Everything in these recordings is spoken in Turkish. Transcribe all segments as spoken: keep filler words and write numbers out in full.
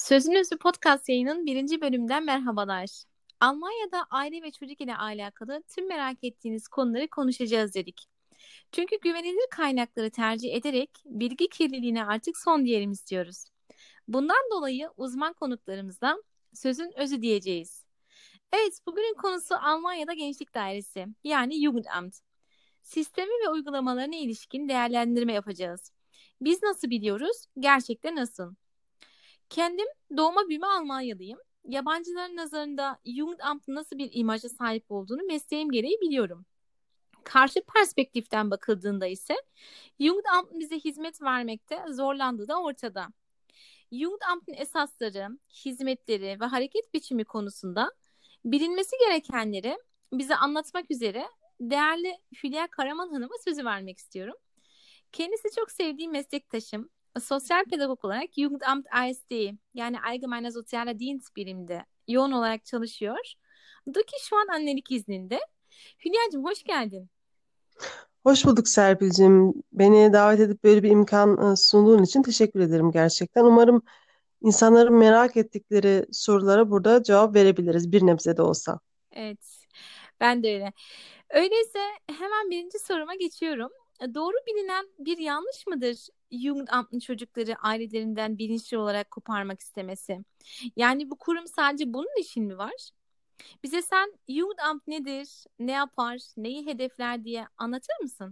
Sözün Özü podcast yayının birinci bölümünden merhabalar. Almanya'da aile ve çocuk ile alakalı tüm merak ettiğiniz konuları konuşacağız dedik. Çünkü güvenilir kaynakları tercih ederek bilgi kirliliğine artık son diyelim istiyoruz. Bundan dolayı uzman konuklarımızdan sözün özü diyeceğiz. Evet, bugünün konusu Almanya'da Gençlik Dairesi, yani Jugendamt. Sistemi ve uygulamalarına ilişkin değerlendirme yapacağız. Biz nasıl biliyoruz? Gerçekten nasıl? Kendim doğma büyüme Almanyalıyım. Yabancıların nazarında Jugendamt'ın nasıl bir imaja sahip olduğunu mesleğim gereği biliyorum. Karşı perspektiften bakıldığında ise Jugendamt'ın bize hizmet vermekte zorlandığı da ortada. Jugendamt'ın esasları, hizmetleri ve hareket biçimi konusunda bilinmesi gerekenleri bize anlatmak üzere değerli Hülya Karaman Hanım'a sözü vermek istiyorum. Kendisi çok sevdiğim meslektaşım. Sosyal pedagog olarak Jugendamt A S D, yani Allgemeiner Sozialer Dienst birimde yoğun olarak çalışıyor. Duki şu an annelik izninde. Hülya'cığım, hoş geldin. Hoş bulduk Serpil'cim. Beni davet edip böyle bir imkan e, sunduğun için teşekkür ederim gerçekten. Umarım insanların merak ettikleri sorulara burada cevap verebiliriz bir nebze de olsa. Evet, ben de öyle. Öyleyse hemen birinci soruma geçiyorum. Doğru bilinen bir yanlış mıdır Jugendamt'ın çocukları ailelerinden bilinçli olarak koparmak istemesi? Yani bu kurum sadece bunun için mi var? Bize sen Jugendamt nedir, ne yapar, neyi hedefler diye anlatır mısın?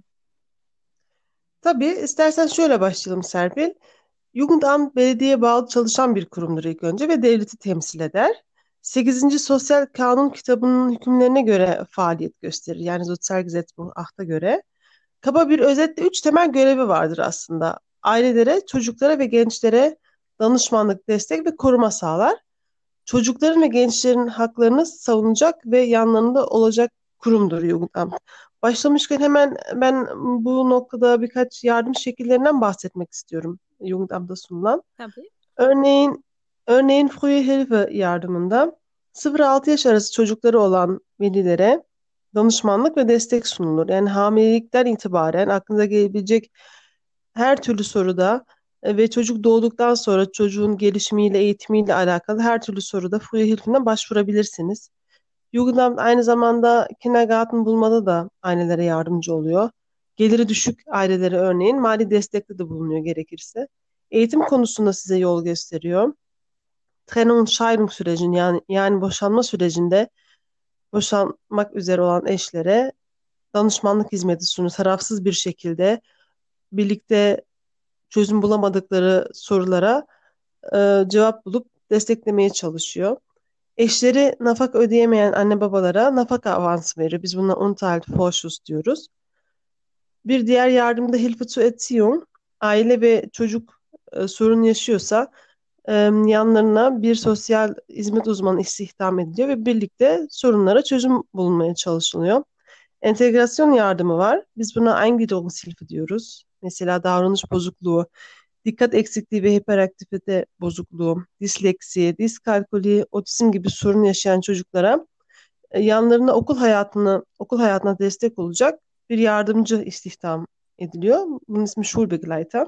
Tabii istersen şöyle başlayalım Serpil. Jugendamt belediye bağlı çalışan bir kurumdur ilk önce ve devleti temsil eder. Sekizinci Sosyal Kanun kitabının hükümlerine göre faaliyet gösterir. Yani Sozialgesetzbuch acht'a göre. Kaba bir özetle üç temel görevi vardır aslında. Ailelere, çocuklara ve gençlere danışmanlık, destek ve koruma sağlar. Çocukların ve gençlerin haklarını savunacak ve yanlarında olacak kurumdur Jugendamt. Başlamışken hemen ben bu noktada birkaç yardım şekillerinden bahsetmek istiyorum Jugendamt'ta sunulan. Tabii. Örneğin örneğin Frühe Hilfe yardımında sıfır altı yaş arası çocukları olan velilere danışmanlık ve destek sunulur. Yani hamilelikten itibaren aklınıza gelebilecek her türlü soruda e, ve çocuk doğduktan sonra çocuğun gelişimiyle, eğitimiyle alakalı her türlü soruda Frühe Hilfe'ne başvurabilirsiniz. Jugendamt aynı zamanda kindergarten bulmada da ailelere yardımcı oluyor. Geliri düşük ailelere örneğin mali destekte de bulunuyor gerekirse. Eğitim konusunda size yol gösteriyor. Trennung und Scheidung sürecin yani, yani boşanma sürecinde boşanmak üzere olan eşlere danışmanlık hizmeti sunuyor. Tarafsız bir şekilde birlikte çözüm bulamadıkları sorulara e, cevap bulup desteklemeye çalışıyor. Eşleri nafaka ödeyemeyen anne babalara nafaka avansı verir. Biz buna Unterhaltsvorschuss diyoruz. Bir diğer yardımda Hilfe zur Erziehung. Aile ve çocuk e, sorun yaşıyorsa e, yanlarına bir sosyal hizmet uzmanı istihdam ediliyor ve birlikte sorunlara çözüm bulunmaya çalışılıyor. Entegrasyon yardımı var. Biz buna Eingliederungshilfe diyoruz. Mesela davranış bozukluğu, dikkat eksikliği ve hiperaktivite bozukluğu, disleksi, diskalkuli, otizm gibi sorun yaşayan çocuklara e, yanlarına okul hayatını okul hayatına destek olacak bir yardımcı istihdam ediliyor. Bunun ismi Schulbegleiter.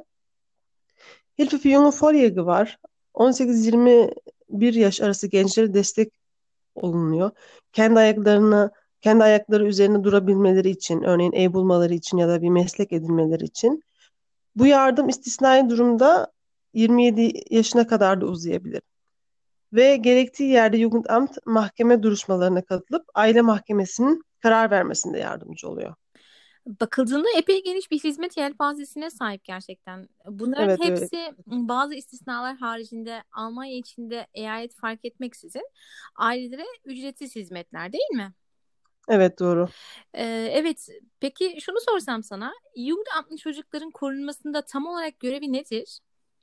Hilfe für junge Volljährige var. on sekiz yirmi bir yaş arası gençlere destek olunuyor. Kendi ayaklarını kendi ayakları üzerine durabilmeleri için, örneğin ev bulmaları için ya da bir meslek edinmeleri için. Bu yardım istisnai durumda yirmi yedi yaşına kadar da uzayabilir. Ve gerektiği yerde Jugendamt mahkeme duruşmalarına katılıp aile mahkemesinin karar vermesinde yardımcı oluyor. Bakıldığında epey geniş bir hizmet yelpazesine sahip gerçekten. Bunların Evet öyle. hepsi bazı istisnalar haricinde Almanya içinde eyalet fark etmeksizin ailelere ücretsiz hizmetler, değil mi? Evet doğru. Ee, evet, peki şunu sorsam sana, Jugendamt'ın çocukların korunmasında tam olarak görevi nedir?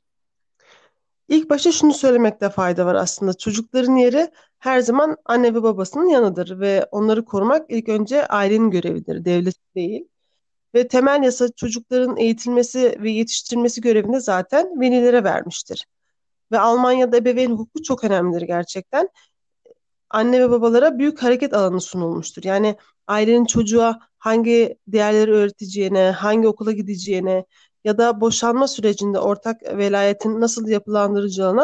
İlk başta şunu söylemekte fayda var aslında. Çocukların yeri her zaman anne ve babasının yanıdır ve onları korumak ilk önce ailenin görevidir, devlet değil. Ve temel yasa çocukların eğitilmesi ve yetiştirilmesi görevini zaten velilere vermiştir. Ve Almanya'da ebeveyn hukuku çok önemlidir gerçekten. Anne ve babalara büyük hareket alanı sunulmuştur. Yani ailenin çocuğa hangi değerleri öğreteceğine, hangi okula gideceğine ya da boşanma sürecinde ortak velayetin nasıl yapılandırılacağına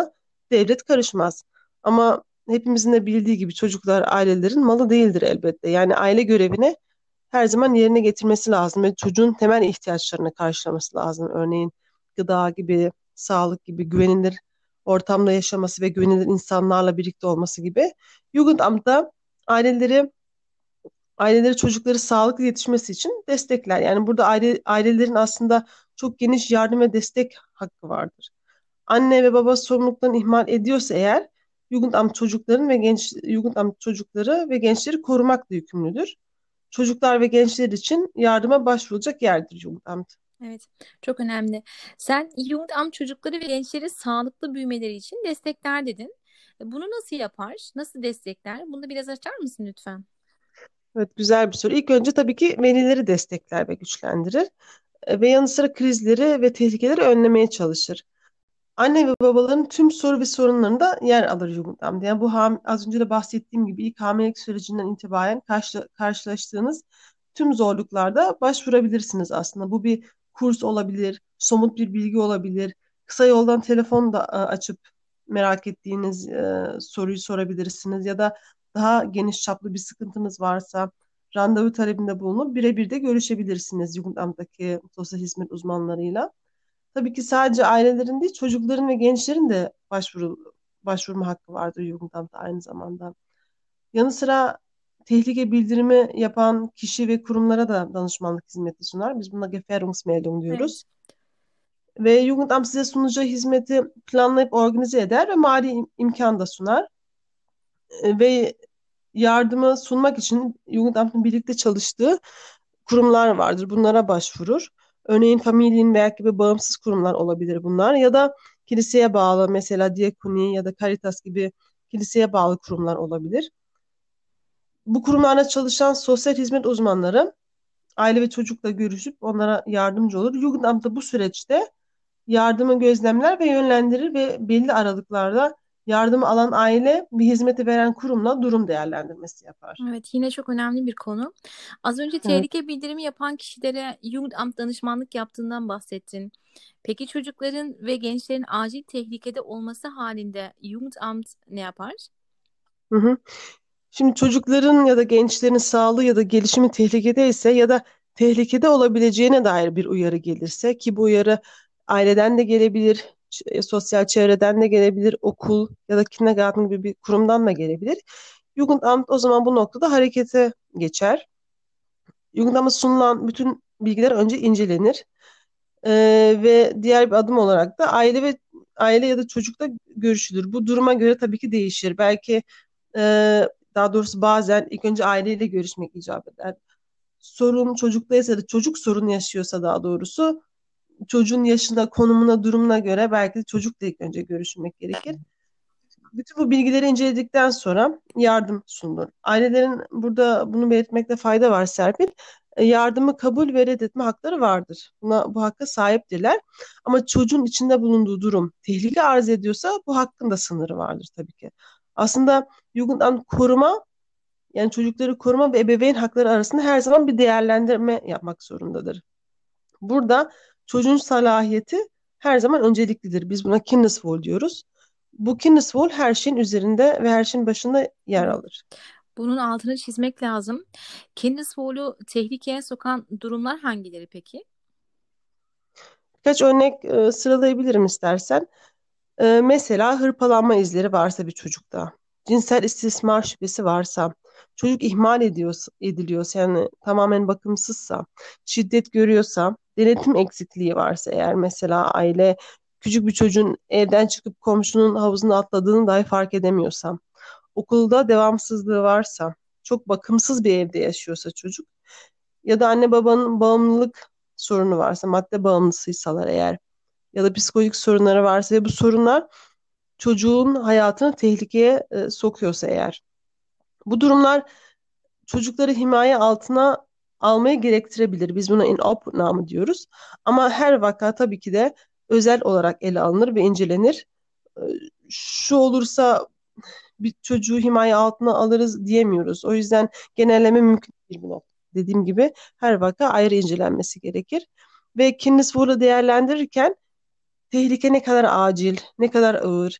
devlet karışmaz. Ama hepimizin de bildiği gibi çocuklar ailelerin malı değildir elbette. Yani aile görevini her zaman yerine getirmesi lazım ve çocuğun temel ihtiyaçlarını karşılaması lazım. Örneğin gıda gibi, sağlık gibi, güvenilir ortamda yaşaması ve güvenilir insanlarla birlikte olması gibi. Jugendamt da aileleri aileleri çocukları sağlıklı yetişmesi için destekler. Yani burada aile, ailelerin aslında çok geniş yardım ve destek hakkı vardır. Anne ve baba sorumluluklarını ihmal ediyorsa eğer Jugendamt çocukların ve genç Jugendamt çocukları ve gençleri korumakla yükümlüdür. Çocuklar ve gençler için yardıma başvurulacak yerdir Jugendamt. Evet, çok önemli. Sen Jugendamt çocukları ve gençleri sağlıklı büyümeleri için destekler dedin. E, Bunu nasıl yapar? Nasıl destekler? Bunu da biraz açar mısın lütfen? Evet, güzel bir soru. İlk önce tabii ki velileri destekler ve güçlendirir. E, Ve yanı sıra krizleri ve tehlikeleri önlemeye çalışır. Anne ve babaların tüm soru ve sorunlarında yer alır Jugendamt. Yani bu ham- az önce de bahsettiğim gibi ilk hamilelik sürecinden itibaren karşı- karşılaştığınız tüm zorluklarda başvurabilirsiniz aslında. Bu bir kurs olabilir, somut bir bilgi olabilir. Kısa yoldan telefon da e, açıp merak ettiğiniz e, soruyu sorabilirsiniz ya da daha geniş çaplı bir sıkıntınız varsa randevu talebinde bulunup birebir de görüşebilirsiniz Jugendamt'taki sosyal hizmet uzmanlarıyla. Tabii ki sadece ailelerin değil, çocukların ve gençlerin de başvuru başvurma hakkı vardır Jugendamt'ta aynı zamanda. Yanı sıra tehlike bildirimi yapan kişi ve kurumlara da danışmanlık hizmeti sunar. Biz buna Gefährdungsmeldung diyoruz. Evet. Ve Jugendamt size sunacağı hizmeti planlayıp organize eder ve mali im- imkan da sunar. E, Ve yardımı sunmak için Jugendamt'ın birlikte çalıştığı kurumlar vardır. Bunlara başvurur. Örneğin Familien veya gibi bağımsız kurumlar olabilir bunlar ya da kiliseye bağlı mesela Diakoni ya da Caritas gibi kiliseye bağlı kurumlar olabilir. Bu kurumlarda çalışan sosyal hizmet uzmanları aile ve çocukla görüşüp onlara yardımcı olur. Jugendamt da bu süreçte yardımı gözlemler ve yönlendirir ve belli aralıklarda yardımı alan aile bir hizmeti veren kurumla durum değerlendirmesi yapar. Evet, yine çok önemli bir konu. Az önce Evet. tehlike bildirimi yapan kişilere Jugendamt danışmanlık yaptığından bahsettin. Peki çocukların ve gençlerin acil tehlikede olması halinde Jugendamt ne yapar? Hı hı. Şimdi çocukların ya da gençlerin sağlığı ya da gelişimi tehlikedeyse ya da tehlikede olabileceğine dair bir uyarı gelirse ki bu uyarı aileden de gelebilir, ç- e, sosyal çevreden de gelebilir, okul ya da kindergarten gibi bir kurumdan da gelebilir. Jugendamt o zaman bu noktada harekete geçer. Jugendamt'a sunulan bütün bilgiler önce incelenir. Ee, ve diğer bir adım olarak da aile ve aile ya da çocukla görüşülür. Bu duruma göre tabii ki değişir. Belki e, daha doğrusu bazen ilk önce aileyle görüşmek icap eder. Sorun çocuktaysa da çocuk sorun yaşıyorsa daha doğrusu çocuğun yaşına, konumuna, durumuna göre belki de çocukla ilk önce görüşmek gerekir. Bütün bu bilgileri inceledikten sonra yardım sunulur. Ailelerin burada bunu belirtmekte fayda var Serpil. E, Yardımı kabul ve reddetme hakları vardır. Buna, bu hakka sahiptirler. Ama çocuğun içinde bulunduğu durum tehlike arz ediyorsa bu hakkın da sınırı vardır tabii ki. Aslında Jugendamt koruma yani çocukları koruma ve ebeveyn hakları arasında her zaman bir değerlendirme yapmak zorundadır. Burada çocuğun salahiyeti her zaman önceliklidir. Biz buna Kindeswohl diyoruz. Bu Kindeswohl her şeyin üzerinde ve her şeyin başında yer Evet. alır. Bunun altını çizmek lazım. Kindeswohl'u tehlikeye sokan durumlar hangileri peki? Birkaç örnek e, sıralayabilirim istersen. E, mesela hırpalanma izleri varsa bir çocukta, cinsel istismar şüphesi varsa, çocuk ihmal ediyorsa, ediliyorsa yani tamamen bakımsızsa, şiddet görüyorsa, denetim eksikliği varsa eğer mesela aile küçük bir çocuğun evden çıkıp komşunun havuzuna atladığını dahi fark edemiyorsa, okulda devamsızlığı varsa, çok bakımsız bir evde yaşıyorsa çocuk ya da anne babanın bağımlılık sorunu varsa, madde bağımlısıysalar eğer ya da psikolojik sorunları varsa ve bu sorunlar çocuğun hayatını tehlikeye e, sokuyorsa eğer. Bu durumlar çocukları himaye altına almayı gerektirebilir. Biz buna in-opnahme diyoruz. Ama her vaka tabii ki de özel olarak ele alınır ve incelenir. E, Şu olursa bir çocuğu himaye altına alırız diyemiyoruz. O yüzden genelleme mümkün değil bu nokta. Dediğim gibi her vaka ayrı incelenmesi gerekir. Ve Kindeswohl'u değerlendirirken tehlike ne kadar acil, ne kadar ağır.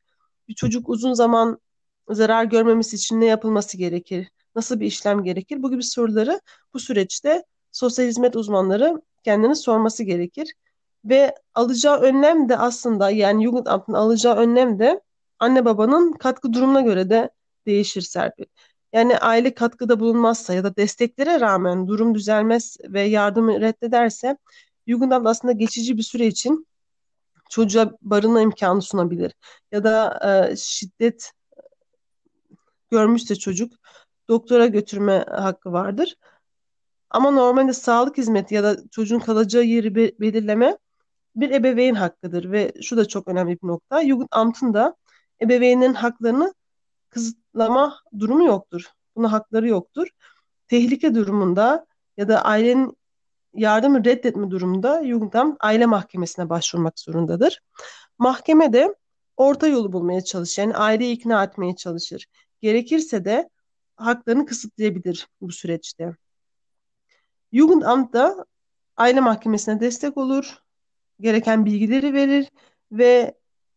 Bir çocuk uzun zaman zarar görmemesi için ne yapılması gerekir? Nasıl bir işlem gerekir? Bu gibi soruları bu süreçte sosyal hizmet uzmanları kendini sorması gerekir. Ve alacağı önlem de aslında, yani Jugendamt'ın alacağı önlem de anne babanın katkı durumuna göre de değişir Serpil. Yani aile katkıda bulunmazsa ya da desteklere rağmen durum düzelmez ve yardımı reddederse Jugendamt aslında geçici bir süre için çocuğa barınma imkanı sunabilir. Ya da e, şiddet görmüşse çocuk doktora götürme hakkı vardır. Ama normalde sağlık hizmeti ya da çocuğun kalacağı yeri be- belirleme bir ebeveyn hakkıdır ve şu da çok önemli bir nokta. Jugendamt'ın da ebeveynlerin haklarını kısıtlama durumu yoktur. Buna hakları yoktur. Tehlike durumunda ya da ailenin yardımı reddetme durumunda Jugendamt aile mahkemesine başvurmak zorundadır. Mahkeme de orta yolu bulmaya çalışır. Yani aileyi ikna etmeye çalışır. Gerekirse de haklarını kısıtlayabilir bu süreçte. Jugendamt da aile mahkemesine destek olur, gereken bilgileri verir ve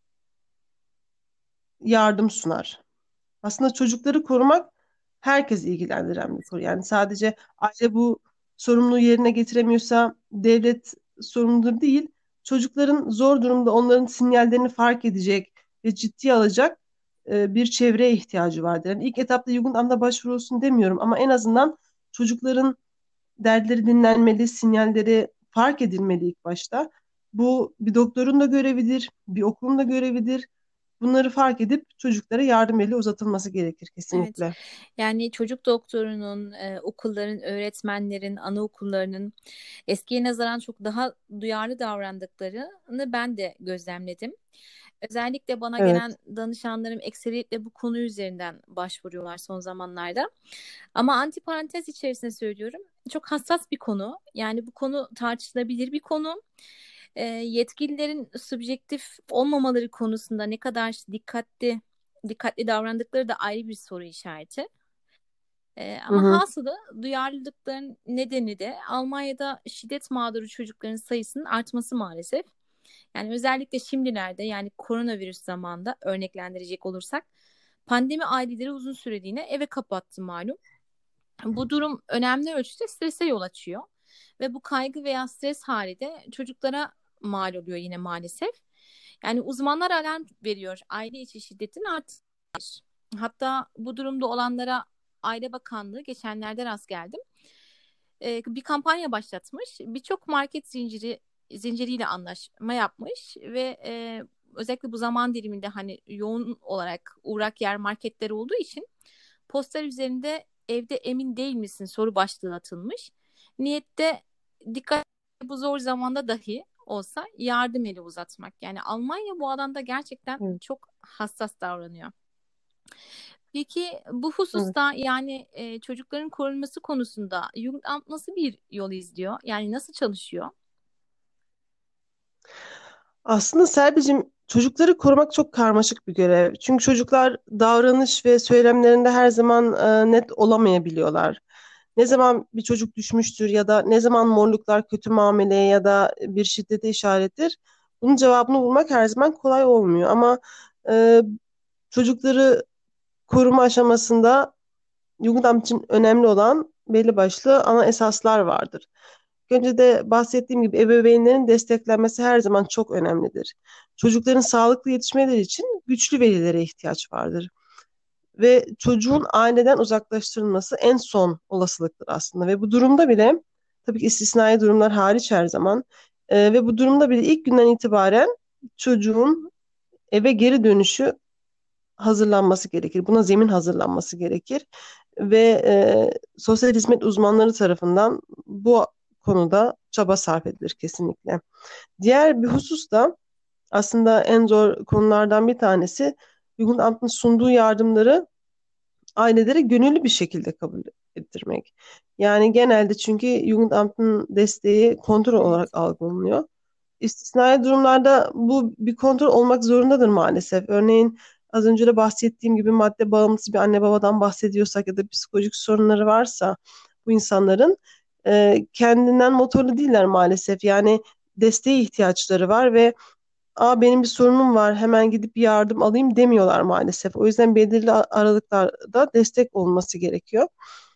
yardım sunar. Aslında çocukları korumak herkes ilgilendiren bir konu. Yani sadece aile bu sorumluluğu yerine getiremiyorsa devlet sorumludur değil. Çocukların zor durumda onların sinyallerini fark edecek ve ciddiye alacak e, bir çevreye ihtiyacı vardır. Yani ilk etapta Jugendamt'a başvurulsun demiyorum ama en azından çocukların dertleri dinlenmeli, sinyalleri fark edilmeli ilk başta. Bu bir doktorun da görevidir, bir okulun da görevidir. Bunları fark edip çocuklara yardım eli uzatılması gerekir Evet. kesinlikle. Yani çocuk doktorunun, e, okulların, öğretmenlerin, anaokullarının eskiye nazaran çok daha duyarlı davrandıklarını ben de gözlemledim. Özellikle bana Evet. gelen danışanlarım ekseriyetle bu konu üzerinden başvuruyorlar son zamanlarda. Ama antiparantez içerisinde söylüyorum. Çok hassas bir konu. Yani bu konu tartışılabilir bir konu. E, yetkililerin subjektif olmamaları konusunda ne kadar dikkatli dikkatli davrandıkları da ayrı bir soru işareti. Ee, Hı ama hı. hasılı duyarlılıkların nedeni de Almanya'da şiddet mağduru çocukların sayısının artması maalesef. Yani özellikle şimdilerde, yani koronavirüs zamanında örneklendirecek olursak, pandemi aileleri uzun süreliğine eve kapattı malum. Bu durum önemli ölçüde strese yol açıyor. Ve bu kaygı veya stres hali de çocuklara mal oluyor yine maalesef. Yani uzmanlar alarm veriyor. Aile içi şiddetin artışı. Hatta bu durumda olanlara Aile Bakanlığı geçenlerde rast geldim. Ee, bir kampanya başlatmış. Birçok market zinciri zinciriyle anlaşma yapmış ve e, özellikle bu zaman diliminde hani yoğun olarak uğrak yer marketler olduğu için poster üzerinde evde emin değil misin soru başlığı atılmış. Niyette dikkat, bu zor zamanda dahi olsa yardım eli uzatmak. Yani Almanya bu alanda gerçekten Evet. çok hassas davranıyor. Peki bu Evet. hususta, yani e, çocukların korunması konusunda Jugendamt nasıl bir yol izliyor? Yani nasıl çalışıyor? Aslında Serpil'cim, çocukları korumak çok karmaşık bir görev. Çünkü çocuklar davranış ve söylemlerinde her zaman e, net olamayabiliyorlar. Ne zaman bir çocuk düşmüştür ya da ne zaman morluklar kötü muameleye ya da bir şiddete işarettir. Bunun cevabını bulmak her zaman kolay olmuyor. Ama e, çocukları koruma aşamasında Jugendamt için önemli olan belli başlı ana esaslar vardır. Önce de bahsettiğim gibi ebeveynlerin desteklenmesi her zaman çok önemlidir. Çocukların sağlıklı yetişmeleri için güçlü velilere ihtiyaç vardır. Ve çocuğun aileden uzaklaştırılması en son olasılıktır aslında. Ve bu durumda bile, tabii ki istisnai durumlar hariç her zaman, e, ve bu durumda bile ilk günden itibaren çocuğun eve geri dönüşü hazırlanması gerekir. Buna zemin hazırlanması gerekir. Ve e, sosyal hizmet uzmanları tarafından bu konuda çaba sarf edilir kesinlikle. Diğer bir husus da aslında en zor konulardan bir tanesi, Jugendamt'ın sunduğu yardımları ailelere gönüllü bir şekilde kabul ettirmek. Yani genelde, çünkü Jugendamt'ın desteği kontrol olarak Evet. algılanıyor. İstisnai durumlarda bu bir kontrol olmak zorundadır maalesef. Örneğin az önce de bahsettiğim gibi madde bağımlısı bir anne babadan bahsediyorsak ya da psikolojik sorunları varsa bu insanların e, kendinden motorlu değiller maalesef. Yani desteğe ihtiyaçları var ve Aa, benim bir sorunum var, hemen gidip bir yardım alayım demiyorlar maalesef. O yüzden belirli aralıklarda destek olması gerekiyor.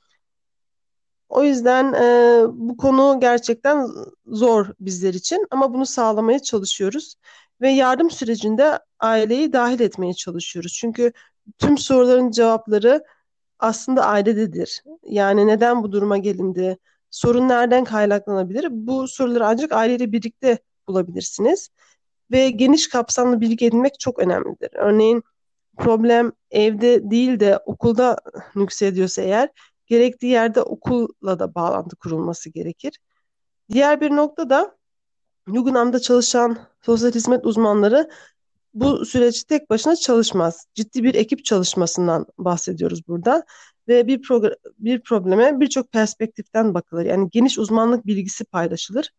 O yüzden e, bu konu gerçekten zor bizler için ama bunu sağlamaya çalışıyoruz. Ve yardım sürecinde aileyi dahil etmeye çalışıyoruz. Çünkü tüm soruların cevapları aslında ailededir. Yani neden bu duruma gelindi? Sorun nereden kaynaklanabilir? Bu soruları ancak aileyle birlikte bulabilirsiniz. Ve geniş kapsamlı bilgi edinmek çok önemlidir. Örneğin problem evde değil de okulda nüksediyorsa eğer, gerektiği yerde okulla da bağlantı kurulması gerekir. Diğer bir nokta da Jugendamt'ta çalışan sosyal hizmet uzmanları bu süreçte tek başına çalışmaz. Ciddi bir ekip çalışmasından bahsediyoruz burada ve bir progr- bir probleme birçok perspektiften bakılır. Yani geniş uzmanlık bilgisi paylaşılır.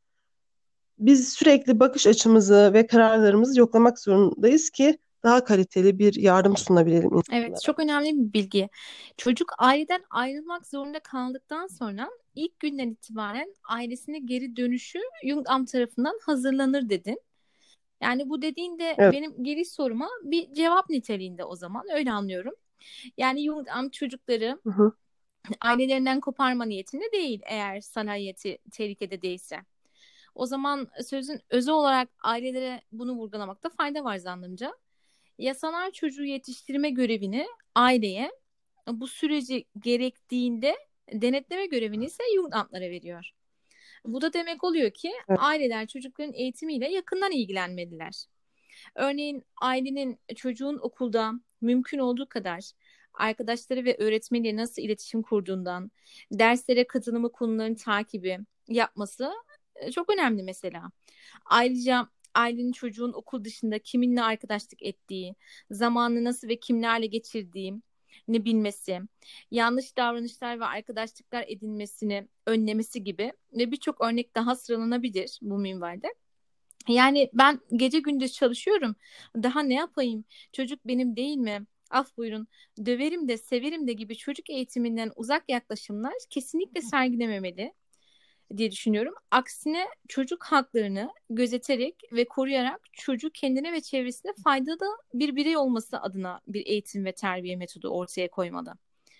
Biz sürekli bakış açımızı ve kararlarımızı yoklamak zorundayız ki daha kaliteli bir yardım sunabilelim Evet, insanlara. çok önemli bir bilgi. Çocuk aileden ayrılmak zorunda kaldıktan sonra ilk günden itibaren ailesine geri dönüşü Jugendamt tarafından hazırlanır dedin. Yani bu dediğinde Evet. benim giriş soruma bir cevap niteliğinde, o zaman öyle anlıyorum. Yani Jugendamt çocukları Hı hı. ailelerinden koparma niyetinde değil, eğer salahiyeti tehlikede değilse. O zaman sözün özü olarak ailelere bunu vurgulamakta fayda var zannımca. Yasalar çocuğu yetiştirme görevini aileye, bu süreci gerektiğinde denetleme görevini ise Jugendamtlara veriyor. Bu da demek oluyor ki Evet. aileler çocukların eğitimiyle yakından ilgilenmeliler. Örneğin ailenin çocuğun okulda mümkün olduğu kadar arkadaşları ve öğretmeniyle nasıl iletişim kurduğundan, derslere katılımı, konuların takibi yapması e, çok önemli mesela. Ayrıca ailenin çocuğun okul dışında kiminle arkadaşlık ettiği, zamanını nasıl ve kimlerle geçirdiği ne bilmesi, yanlış davranışlar ve arkadaşlıklar edinmesini önlemesi gibi ve birçok örnek daha sıralanabilir bu minvalde. Yani ben gece gündüz çalışıyorum. Daha ne yapayım? Çocuk benim değil mi? Af buyurun. Döverim de severim de gibi çocuk eğitiminden uzak yaklaşımlar kesinlikle sergilememeli diye düşünüyorum. Aksine çocuk haklarını gözeterek ve koruyarak çocuk kendine ve çevresine faydalı bir birey olması adına bir eğitim ve terbiye metodu ortaya koymalı.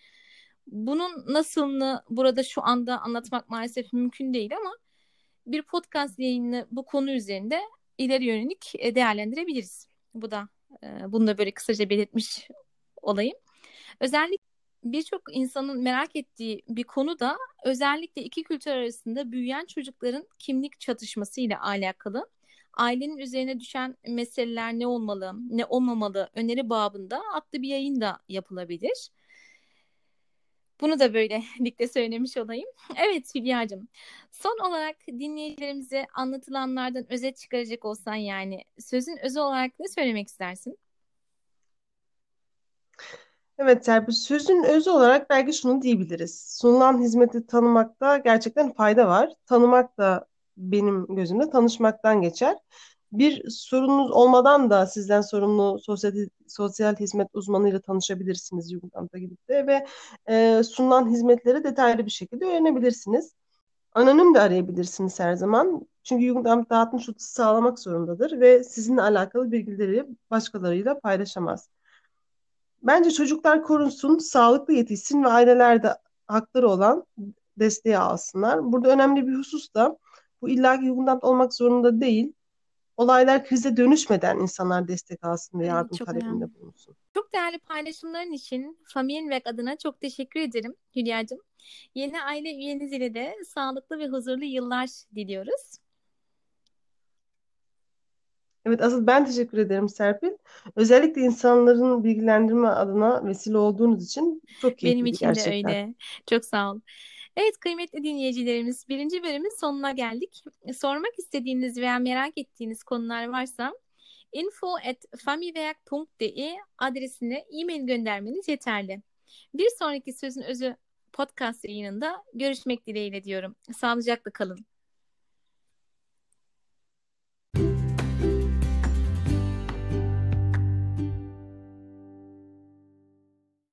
Bunun nasılını burada şu anda anlatmak maalesef mümkün değil ama bir podcast yayını bu konu üzerinde ileri yönelik e, değerlendirebiliriz. Bu da e, bunu da böyle kısaca belirtmiş olayım. Özellikle birçok insanın merak ettiği bir konu da özellikle iki kültür arasında büyüyen çocukların kimlik çatışması ile alakalı. Ailenin üzerine düşen meseleler ne olmalı, ne olmamalı öneri babında adlı bir yayın da yapılabilir. Bunu da böylelikle söylemiş olayım. Evet Hülya'cığım. Son olarak dinleyicilerimize anlatılanlardan özet çıkaracak olsan, yani sözün özü olarak ne söylemek istersin? Evet Serpil, sözün özü olarak belki şunu diyebiliriz. Sunulan hizmeti tanımakta gerçekten fayda var. Tanımak da benim gözümde tanışmaktan geçer. Bir sorununuz olmadan da sizden sorumlu sosyal, sosyal hizmet uzmanıyla tanışabilirsiniz Jugendamt'a gidip de ve e, sunulan hizmetleri detaylı bir şekilde öğrenebilirsiniz. Anonim de arayabilirsiniz her zaman. Çünkü Jugendamt dağıtım şutusu sağlamak zorundadır ve sizinle alakalı bilgileri başkalarıyla paylaşamaz. Bence çocuklar korunsun, sağlıklı yetişsin ve aileler de hakları olan desteği alsınlar. Burada önemli bir husus da bu illaki Jugendamt olmak zorunda değil. Olaylar krize dönüşmeden insanlar destek alsın ve Evet, yardım çok önemli. talebinde bulunsun. Çok değerli paylaşımların için Familienweg adına çok teşekkür ederim Hülya'cığım. Yeni aile üyeniz ile de sağlıklı ve huzurlu yıllar diliyoruz. Evet, asıl ben teşekkür ederim Serpil. Özellikle insanların bilgilendirme adına vesile olduğunuz için çok Benim keyifliydi için de gerçekten. öyle. Çok sağ ol. Evet kıymetli dinleyicilerimiz, birinci bölümün sonuna geldik. Sormak istediğiniz veya merak ettiğiniz konular varsa info at famiwerk punkt de adresine e-mail göndermeniz yeterli. Bir sonraki Sözün Özü podcast yayınında görüşmek dileğiyle diyorum. Sağlıcakla kalın.